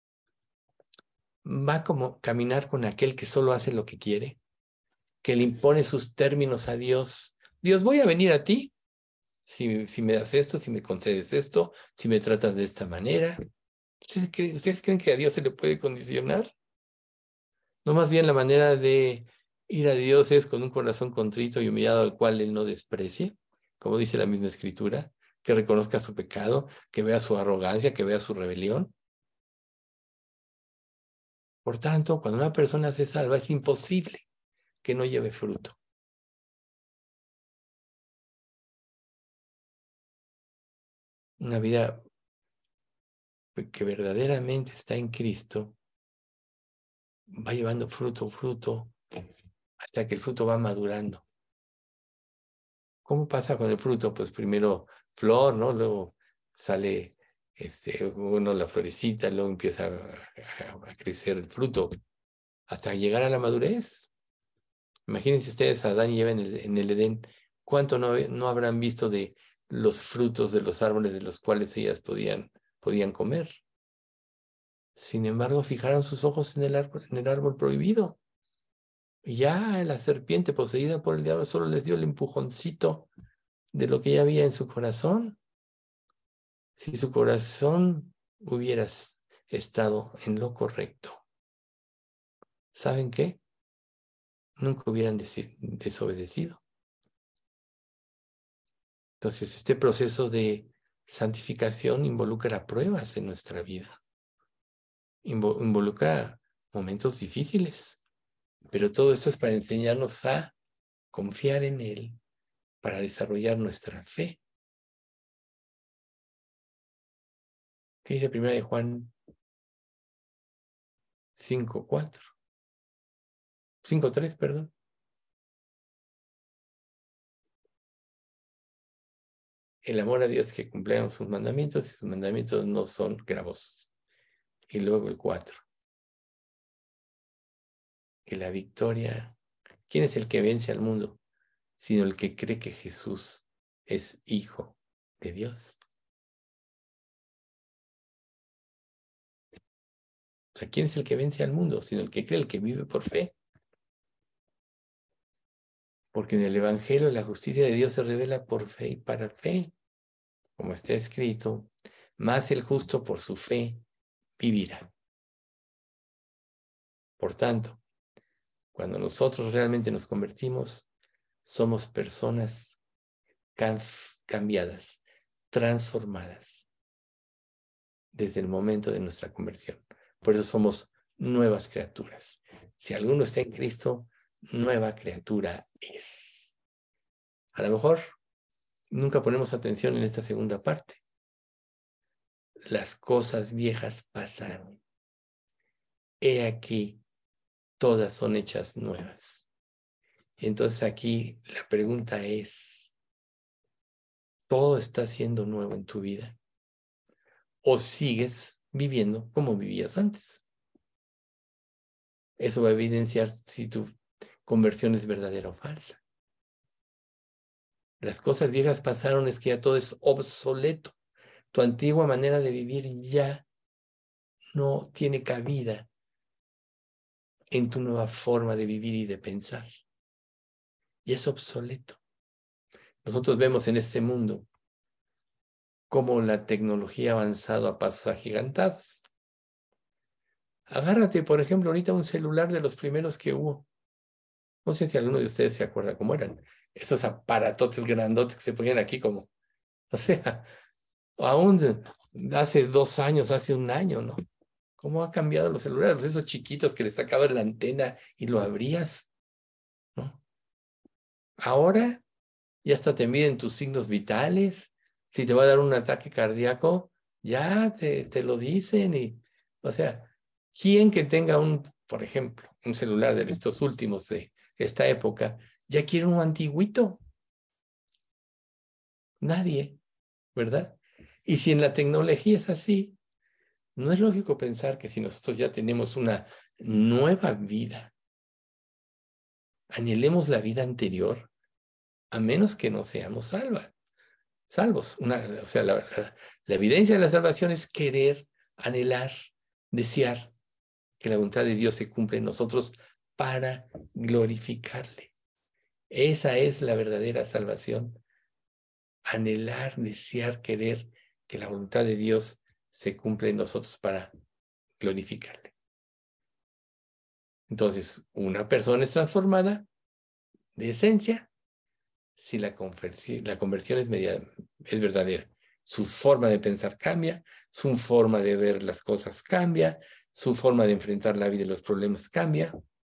va como caminar con aquel que solo hace lo que quiere? Que le impone sus términos a Dios. Dios, voy a venir a ti si, si me das esto, si me concedes esto, si me tratas de esta manera. ¿Ustedes creen, ¿Ustedes creen que a Dios se le puede condicionar? No, más bien la manera de ir a Dios es con un corazón contrito y humillado al cual Él no desprecie, como dice la misma Escritura, que reconozca su pecado, que vea su arrogancia, que vea su rebelión. Por tanto, cuando una persona se salva, es imposible que no lleve fruto. Una vida que verdaderamente está en Cristo va llevando fruto, fruto, hasta que el fruto va madurando. ¿Cómo pasa con el fruto? Pues primero flor, ¿no? Luego sale este, bueno, la florecita, luego empieza a, a, a crecer el fruto, hasta llegar a la madurez. Imagínense ustedes a Adán y Eva en el, en el Edén, ¿Cuánto no, no habrán visto de los frutos de los árboles de los cuales ellas podían, podían comer? Sin embargo, fijaron sus ojos en el árbol, en el árbol prohibido. Y ya la serpiente poseída por el diablo solo les dio el empujoncito de lo que ya había en su corazón. Si su corazón hubiera estado en lo correcto, ¿saben qué? Nunca hubieran desobedecido. Entonces, este proceso de santificación involucra pruebas en nuestra vida. Invo- involucra momentos difíciles. Pero todo esto es para enseñarnos a confiar en Él, para desarrollar nuestra fe. ¿Qué dice primera de Juan cinco cuatro? cinco tres, perdón. El amor a Dios es que cumplamos sus mandamientos y sus mandamientos no son gravosos. Y luego el cuatro. Que la victoria, ¿quién es el que vence al mundo? Sino el que cree que Jesús es Hijo de Dios. O sea, ¿quién es el que vence al mundo? Sino el que cree, el que vive por fe. Porque en el Evangelio la justicia de Dios se revela por fe y para fe. Como está escrito, más el justo por su fe vivirá. Por tanto, cuando nosotros realmente nos convertimos, somos personas cambiadas, transformadas, desde el momento de nuestra conversión. Por eso somos nuevas criaturas. Si alguno está en Cristo, nueva criatura es. A lo mejor nunca ponemos atención en esta segunda parte. Las cosas viejas pasaron. He aquí, todas son hechas nuevas. Entonces aquí la pregunta es, ¿todo está siendo nuevo en tu vida? ¿O sigues viviendo como vivías antes? Eso va a evidenciar si tu conversión es verdadera o falsa. Las cosas viejas pasaron, es que ya todo es obsoleto. Tu antigua manera de vivir ya no tiene cabida en tu nueva forma de vivir y de pensar. Y es obsoleto. Nosotros vemos en este mundo cómo la tecnología ha avanzado a pasos agigantados. Agárrate, por ejemplo, ahorita un celular de los primeros que hubo. No sé si alguno de ustedes se acuerda cómo eran. Esos aparatotes grandotes que se ponían aquí como, o sea, aún hace dos años, hace un año, ¿no? ¿Cómo ha cambiado los celulares? Esos chiquitos que le sacaban la antena y lo abrías, ¿no? Ahora ya hasta te miden tus signos vitales. Si te va a dar un ataque cardíaco, ya te, te lo dicen. Y, o sea, ¿quién que tenga un, por ejemplo, un celular de estos últimos de esta época, ya quiere un antiguito? Nadie, ¿verdad? Y si en la tecnología es así, no es lógico pensar que si nosotros ya tenemos una nueva vida, anhelemos la vida anterior, a menos que no seamos salvas, salvos. Una, o sea, la, la, la evidencia de la salvación es querer, anhelar, desear que la voluntad de Dios se cumpla en nosotros para glorificarle. Esa es la verdadera salvación. Anhelar, desear, querer que la voluntad de Dios se cumpla en nosotros para glorificarle. Entonces, una persona es transformada de esencia si la conversión, la conversión es, media, es verdadera. Su forma de pensar cambia, su forma de ver las cosas cambia, su forma de enfrentar la vida y los problemas cambia.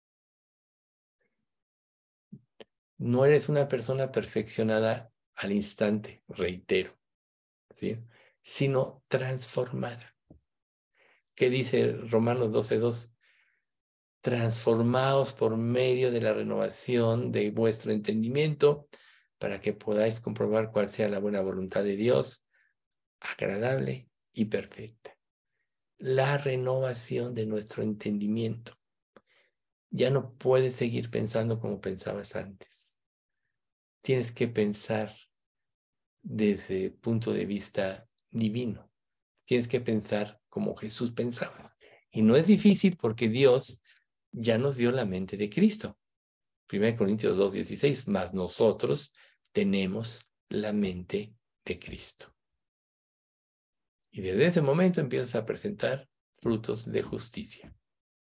No eres una persona perfeccionada al instante, reitero, ¿sí? Sino transformada. ¿Qué dice Romanos doce dos? Transformaos por medio de la renovación de vuestro entendimiento para que podáis comprobar cuál sea la buena voluntad de Dios, agradable y perfecta. La renovación de nuestro entendimiento. Ya no puedes seguir pensando como pensabas antes. tienes que pensar desde el punto de vista divino. Tienes que pensar como Jesús pensaba. Y no es difícil porque Dios ya nos dio la mente de Cristo. primera Corintios dos, dieciséis, mas nosotros tenemos la mente de Cristo. Y desde ese momento empiezas a presentar frutos de justicia.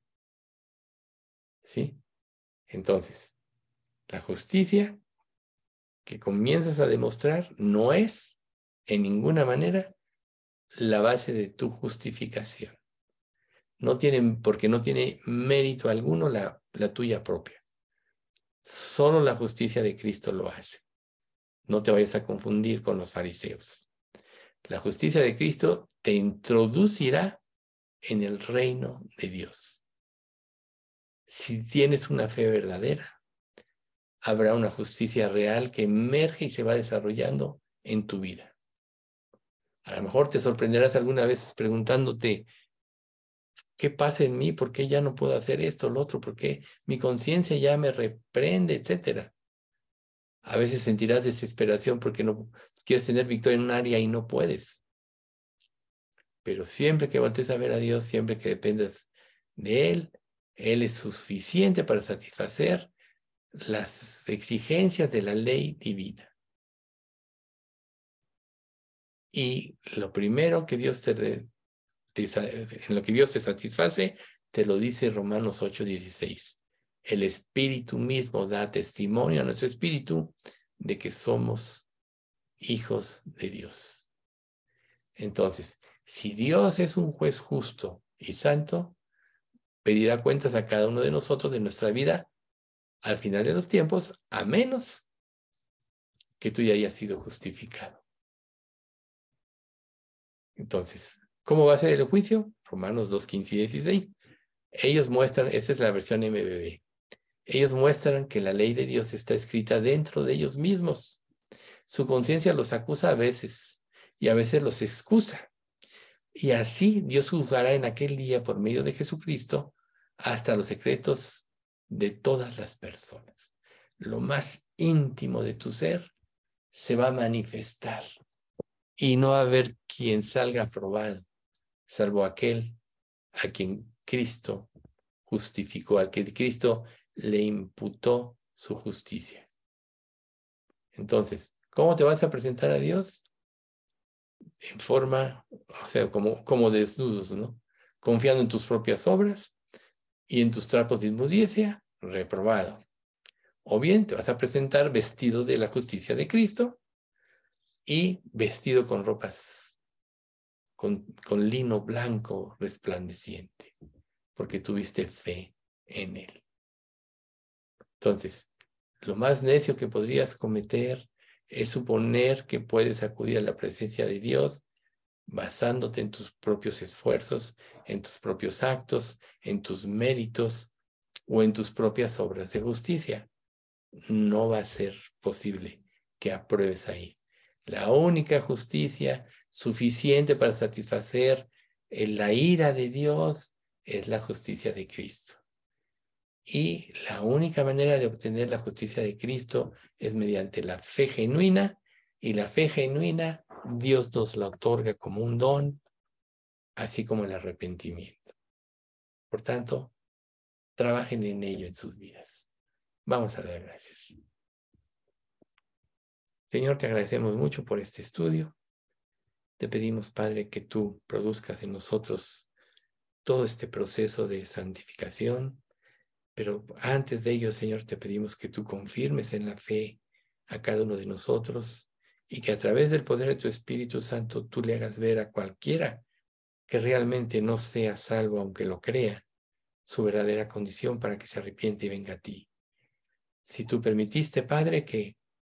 ¿Sí? Entonces, la justicia que comienzas a demostrar no es en ninguna manera la base de tu justificación. No tiene, porque no tiene mérito alguno la, la tuya propia. Solo la justicia de Cristo lo hace. No te vayas a confundir con los fariseos. La justicia de Cristo te introducirá en el reino de Dios. Si tienes una fe verdadera, habrá una justicia real que emerge y se va desarrollando en tu vida. A lo mejor te sorprenderás alguna vez preguntándote, ¿qué pasa en mí? ¿Por qué ya no puedo hacer esto, lo otro? ¿Por qué mi conciencia ya me reprende, etcétera? A veces sentirás desesperación porque no quieres tener victoria en un área y no puedes. Pero siempre que voltees a ver a Dios, siempre que dependas de Él, Él es suficiente para satisfacer las exigencias de la ley divina. Y lo primero que Dios te, te en lo que Dios te satisface, te lo dice Romanos ocho, dieciséis. El Espíritu mismo da testimonio a nuestro espíritu de que somos hijos de Dios. Entonces, si Dios es un juez justo y santo, pedirá cuentas a cada uno de nosotros de nuestra vida al final de los tiempos, a menos que tú ya hayas sido justificado. Entonces, ¿cómo va a ser el juicio? Romanos dos, quince y dieciséis. Ellos muestran, esta es la versión M B B, ellos muestran que la ley de Dios está escrita dentro de ellos mismos. Su conciencia los acusa a veces y a veces los excusa. Y así Dios juzgará en aquel día por medio de Jesucristo hasta los secretos de todas las personas. Lo más íntimo de tu ser se va a manifestar y no va a haber quien salga aprobado, salvo aquel a quien Cristo justificó, al que Cristo le imputó su justicia. Entonces, ¿cómo te vas a presentar a Dios? En forma, o sea, como, como desnudos, ¿no? Confiando en tus propias obras y en tus trapos de inmundicia, reprobado. O bien te vas a presentar vestido de la justicia de Cristo y vestido con ropas, con, con lino blanco resplandeciente, porque tuviste fe en Él. Entonces, lo más necio que podrías cometer es suponer que puedes acudir a la presencia de Dios basándote en tus propios esfuerzos, en tus propios actos, en tus méritos o en tus propias obras de justicia. No va a ser posible que apruebes ahí. La única justicia suficiente para satisfacer la ira de Dios es la justicia de Cristo. Y la única manera de obtener la justicia de Cristo es mediante la fe genuina, y la fe genuina Dios nos la otorga como un don, así como el arrepentimiento. Por tanto, trabajen en ello en sus vidas. Vamos a dar gracias. Señor, te agradecemos mucho por este estudio. Te pedimos, Padre, que tú produzcas en nosotros todo este proceso de santificación, pero antes de ello, Señor, te pedimos que tú confirmes en la fe a cada uno de nosotros y que a través del poder de tu Espíritu Santo tú le hagas ver a cualquiera que realmente no sea salvo, aunque lo crea, su verdadera condición para que se arrepiente y venga a ti. Si tú permitiste, Padre, que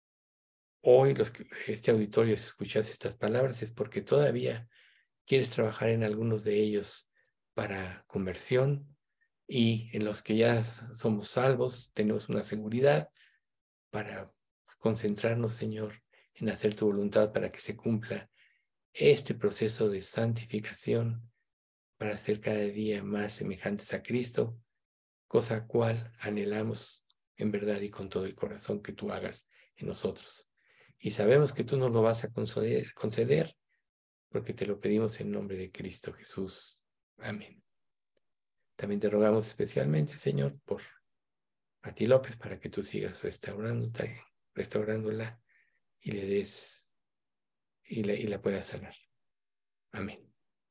hoy los que, este auditorio escuchase estas palabras, es porque todavía quieres trabajar en algunos de ellos para conversión, y en los que ya somos salvos tenemos una seguridad para concentrarnos, Señor, en hacer tu voluntad para que se cumpla este proceso de santificación, para ser cada día más semejantes a Cristo, cosa cual anhelamos en verdad y con todo el corazón que tú hagas en nosotros. Y sabemos que tú nos lo vas a conceder, conceder porque te lo pedimos en nombre de Cristo Jesús. Amén. También te rogamos especialmente, Señor, por Pati López, para que tú sigas restaurándote, restaurándola y le des y la, y la puedas sanar. Amén.